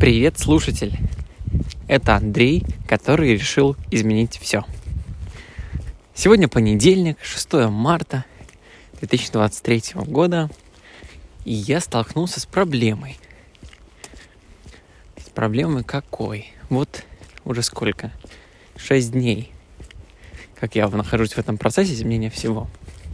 Привет, слушатель! Это Андрей, который решил изменить все. Сегодня понедельник, 6 марта 2023 года, и я столкнулся с проблемой. С проблемой какой? Вот уже сколько? 6 дней, как я нахожусь в этом процессе изменения всего.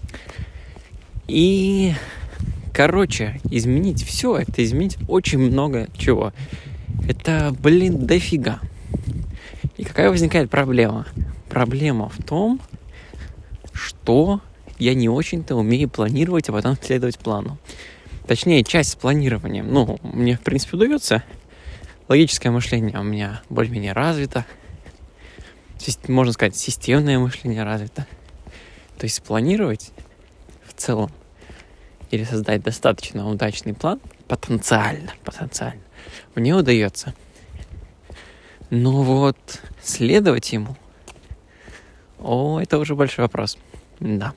И, изменить все, это изменить очень много чего. Это, дофига. И какая возникает проблема? Проблема в том, что я не очень-то умею планировать, а потом следовать плану. Точнее, часть с планированием. Мне, в принципе, удается. Логическое мышление у меня более-менее развито. Можно сказать, системное мышление развито. То есть спланировать в целом или создать достаточно удачный план потенциально мне удается. Но вот следовать ему, это уже большой вопрос. Да.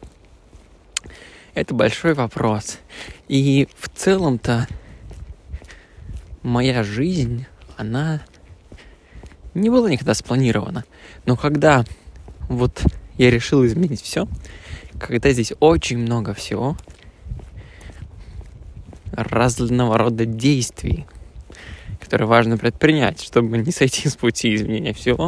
Это большой вопрос. И в целом-то моя жизнь, она не была никогда спланирована. Но когда я решил изменить все, когда здесь очень много всего, разного рода действий, которые важно предпринять, чтобы не сойти с пути изменения всего,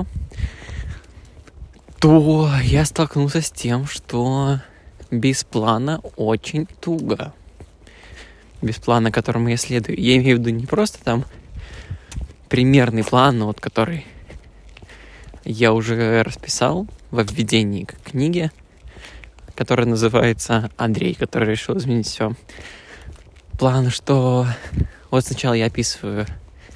то я столкнулся с тем, что без плана очень туго. Без плана, которому я следую. Я имею в виду не просто там примерный план, который я уже расписал во введении к книге, которая называется «Андрей, который решил изменить все». План, что сначала я описываю,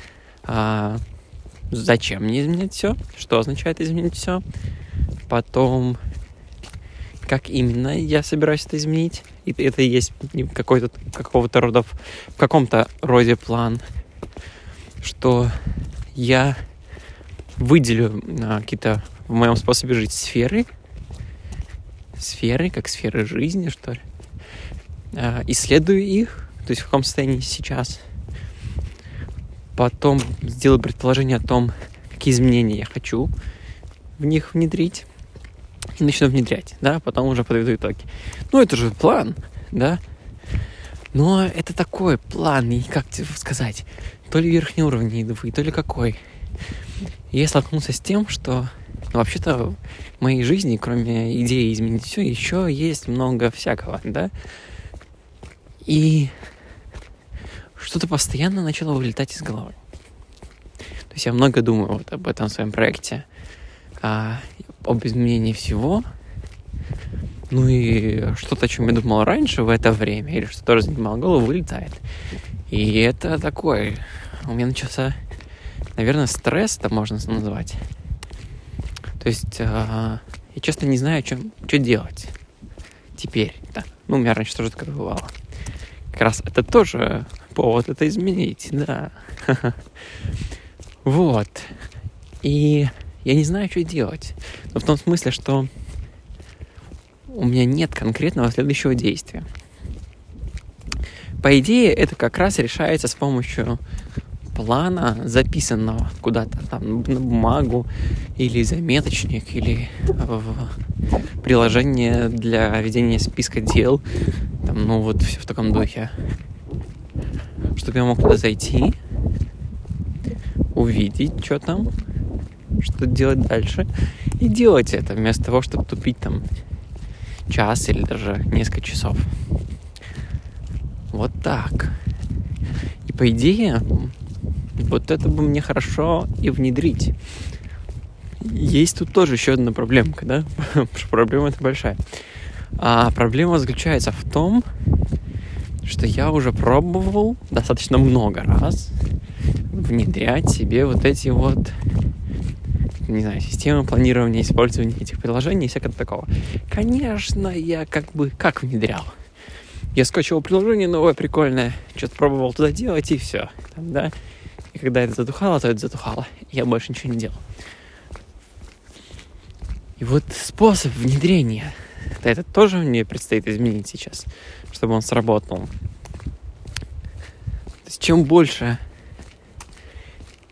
зачем мне изменить все, что означает изменить все, потом, как именно я собираюсь это изменить, и это и есть в каком-то роде план, что я выделю какие-то в моем способе жить сферы, как сферы жизни, что ли, исследую их, то есть в каком состоянии сейчас. Потом сделаю предположение о том, какие изменения я хочу в них внедрить. И начну внедрять, да, потом уже подведу итоги. Это же план, да. Но это такой план, и как тебе сказать, то ли верхнеуровневый, то ли какой. И я столкнулся с тем, что вообще-то в моей жизни, кроме идеи изменить все, еще есть много всякого, да. И что-то постоянно начало вылетать из головы. То есть я много думаю об этом своем проекте, об изменении всего. И что-то, о чем я думал раньше в это время, или что тоже занимало голову, вылетает. И это такой... У меня начался, наверное, стресс, это можно назвать. То есть я честно не знаю, что делать теперь. Да. У меня раньше тоже такое бывало. Как раз это тоже повод это изменить, да. И я не знаю, что делать. Но в том смысле, что у меня нет конкретного следующего действия. По идее, это как раз решается с помощью плана, записанного куда-то там на бумагу, или заметочник, или в приложение для ведения списка дел. Все в таком духе. Чтобы я мог туда зайти, увидеть, что там, что делать дальше, и делать это, вместо того, чтобы тупить там час или даже несколько часов. Вот так. И по идее, это бы мне хорошо и внедрить. Есть тут тоже еще одна проблемка, да? Проблема эта большая. А проблема заключается в том, что я уже пробовал достаточно много раз внедрять себе эти системы планирования, использования этих приложений и всякого такого. Конечно, я как внедрял. Я скачивал приложение новое, прикольное, что-то пробовал туда делать, и все. Да? И когда это затухало, то это затухало. Я больше ничего не делал. И способ внедрения, это тоже мне предстоит изменить сейчас, чтобы он сработал. То есть чем больше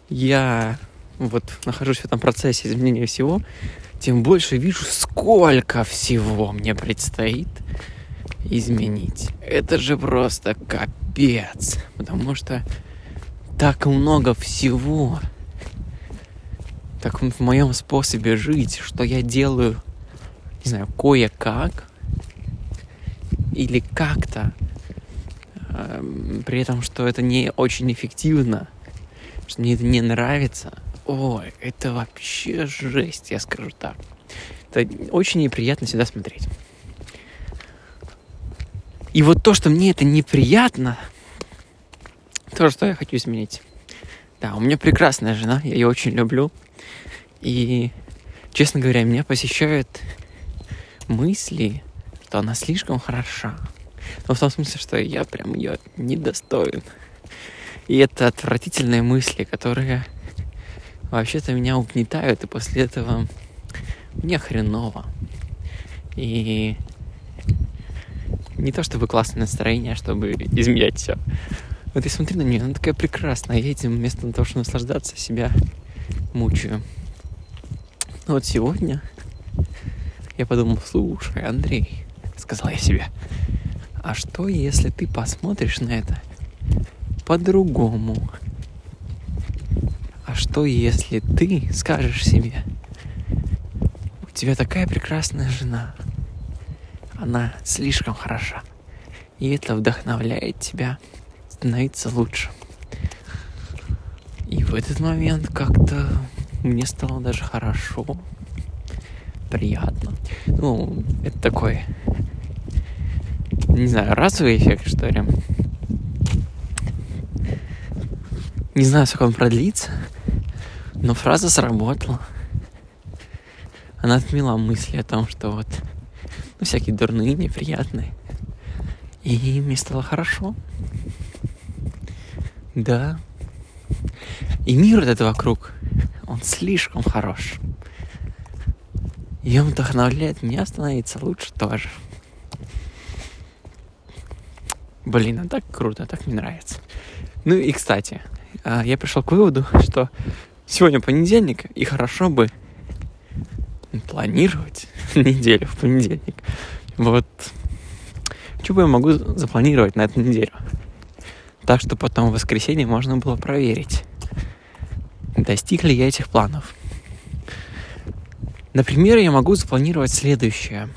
я вот нахожусь в этом процессе изменения всего, тем больше вижу, сколько всего мне предстоит изменить. Это же просто капец. Потому что так много всего, так в моем способе жить, что я делаю, не знаю, кое-как или как-то, при этом, что это не очень эффективно, что мне это не нравится. Ой, это вообще жесть, я скажу так. Это очень неприятно сюда смотреть. И вот то, что мне это неприятно, то, что я хочу изменить. Да, у меня прекрасная жена, я ее очень люблю. И, честно говоря, меня посещают мысли, что она слишком хороша. Но в том смысле, что я прям ее недостоин. И это отвратительные мысли, которые вообще-то меня угнетают, и после этого мне хреново. И не то чтобы классное настроение, чтобы изменять все. Вот я смотрю на нее, она такая прекрасная. Я этим вместо того, чтобы наслаждаться, себя мучаю. Но вот сегодня я подумал: слушай, Андрей, сказал я себе, а что, если ты посмотришь на это по-другому? А что, если ты скажешь себе: у тебя такая прекрасная жена, она слишком хороша, и это вдохновляет тебя становиться лучше. И в этот момент как-то мне стало даже хорошо, приятно. Ну, это такой, не знаю, разовый эффект, что ли. Не знаю, сколько он продлится, но фраза сработала. Она отмела мысли о том, что вот всякие дурные, неприятные. И мне стало хорошо. Да. И мир этот вокруг, он слишком хорош. И он вдохновляет меня становиться лучше тоже. Блин, а так круто, так мне нравится. Ну и, кстати, я пришел к выводу, что сегодня понедельник, и хорошо бы планировать неделю в понедельник. Вот. Что бы я могу запланировать на эту неделю? Так, что потом в воскресенье можно было проверить, достиг ли я этих планов. Например, я могу запланировать следующее.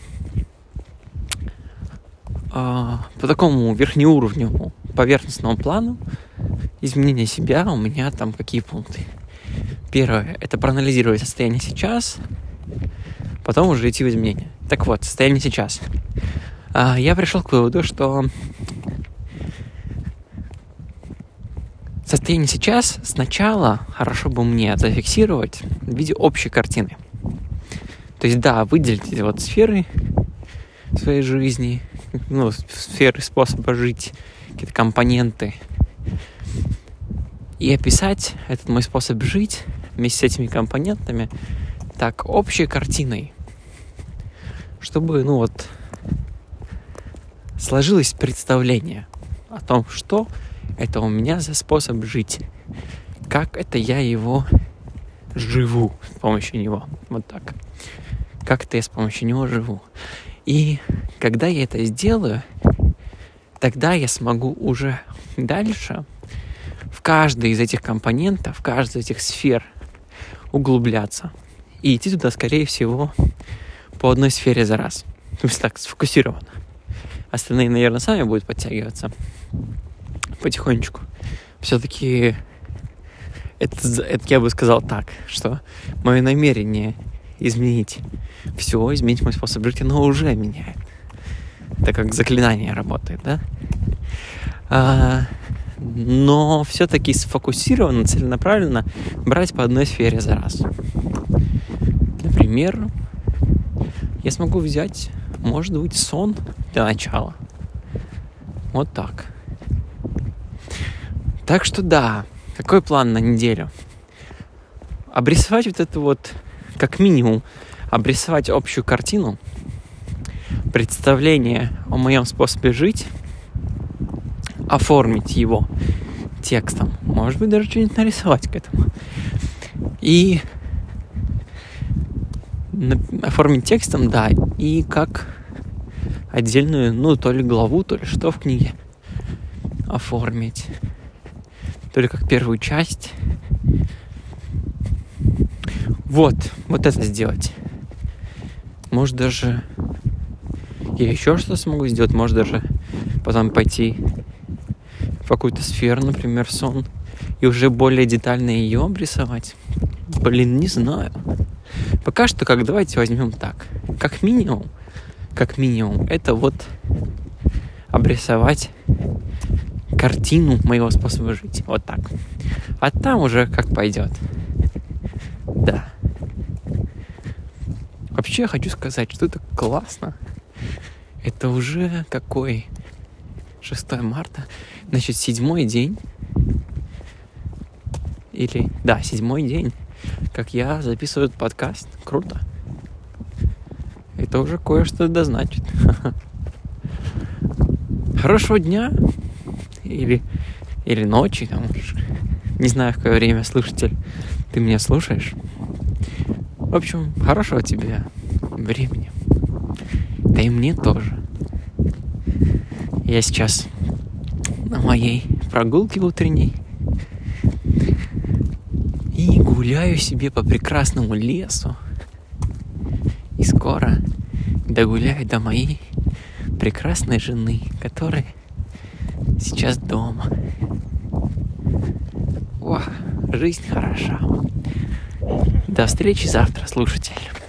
По такому верхнеуровневому поверхностному плану изменения себя у меня там какие пункты? Первое — это проанализировать состояние сейчас, потом уже идти в изменения. Так вот, состояние сейчас. Я пришел к выводу, что состояние сейчас сначала хорошо бы мне зафиксировать в виде общей картины. То есть, да, выделить эти вот сферы своей жизни, сферы способа жить, какие-то компоненты, и описать этот мой способ жить вместе с этими компонентами так общей картиной, чтобы, сложилось представление о том, что это у меня за способ жить, как это я его живу с помощью него, вот так, как это я с помощью него живу. И когда я это сделаю, тогда я смогу уже дальше в каждый из этих компонентов, в каждой из этих сфер углубляться и идти туда, скорее всего, по одной сфере за раз. То есть так, сфокусированно. Остальные, наверное, сами будут подтягиваться потихонечку. Все-таки это я бы сказал так, что мое намерение изменить мой способ жить, оно уже меняет. Это как заклинание работает, да? Но все-таки сфокусированно, целенаправленно брать по одной сфере за раз. Например, я смогу взять, может быть, сон для начала. Вот так. Так что да, какой план на неделю? Обрисовать вот это вот, как минимум, обрисовать общую картину, представление о моем способе жить, оформить его текстом. Может быть, даже что-нибудь нарисовать к этому. И оформить текстом, да, и как отдельную, то ли главу, то ли что в книге оформить. То ли как первую часть. Вот это сделать. Может, даже я еще что-то смогу сделать. Может, даже потом пойти в какую-то сферу, например, сон, и уже более детально ее обрисовать. Не знаю. Пока что, давайте возьмем так. Как минимум, это вот обрисовать картину моего способа жить. Вот так. А там уже как пойдет. Да. Вообще я хочу сказать, что это классно. Это уже какой? 6 марта. Значит, 7-й день. Или, да, 7-й день, как я записываю этот подкаст. Круто. Это уже кое-что значит. Хорошего дня. Или ночи. Там, не знаю, в какое время, слушатель, ты меня слушаешь. В общем, хорошего тебе времени. Да и мне тоже. Я сейчас на моей прогулке утренней и гуляю себе по прекрасному лесу. И скоро догуляю до моей прекрасной жены, которая сейчас дома. Жизнь хороша. До встречи завтра, слушатель.